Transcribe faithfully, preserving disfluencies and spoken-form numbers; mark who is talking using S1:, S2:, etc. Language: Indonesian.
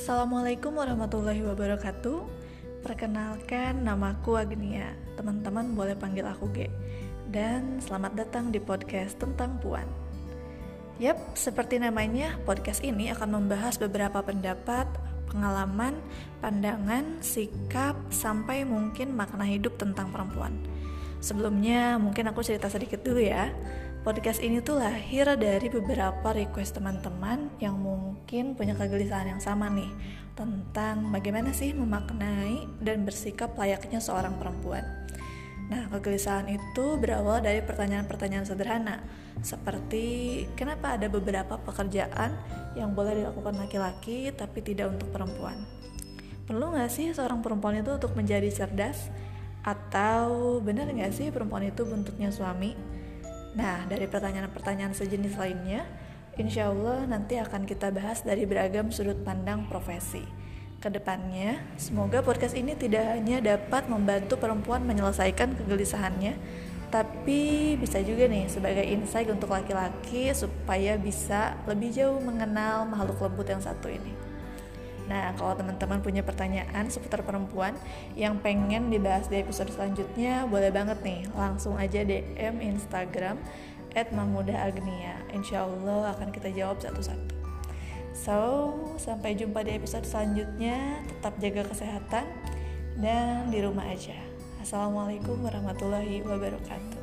S1: Assalamualaikum warahmatullahi wabarakatuh. Perkenalkan, namaku Agnia. Teman-teman boleh panggil aku G. Dan selamat datang di podcast tentang Puan. Yap, seperti namanya, podcast ini akan membahas beberapa pendapat, pengalaman, pandangan, sikap, sampai mungkin makna hidup tentang perempuan. Sebelumnya, mungkin aku cerita sedikit dulu ya. Podcast ini tuh lahir dari beberapa request teman-teman yang mungkin punya kegelisahan yang sama nih tentang bagaimana sih memaknai dan bersikap layaknya seorang perempuan. Nah, kegelisahan itu berawal dari pertanyaan-pertanyaan sederhana seperti kenapa ada beberapa pekerjaan yang boleh dilakukan laki-laki tapi tidak untuk perempuan? Perlu gak sih seorang perempuan itu untuk menjadi cerdas? Atau benar gak sih perempuan itu bentuknya suami? Nah, dari pertanyaan-pertanyaan sejenis lainnya, insya Allah nanti akan kita bahas dari beragam sudut pandang profesi. Kedepannya, semoga podcast ini tidak hanya dapat membantu perempuan menyelesaikan kegelisahannya, tapi bisa juga nih sebagai insight untuk laki-laki supaya bisa lebih jauh mengenal makhluk lembut yang satu ini. Nah, kalau teman-teman punya pertanyaan seputar perempuan yang pengen dibahas di episode selanjutnya, boleh banget nih, langsung aja D M Instagram et mahmudaagnia. Insya Allah akan kita jawab satu-satu. So, sampai jumpa di episode selanjutnya. Tetap jaga kesehatan dan di rumah aja. Assalamualaikum warahmatullahi wabarakatuh.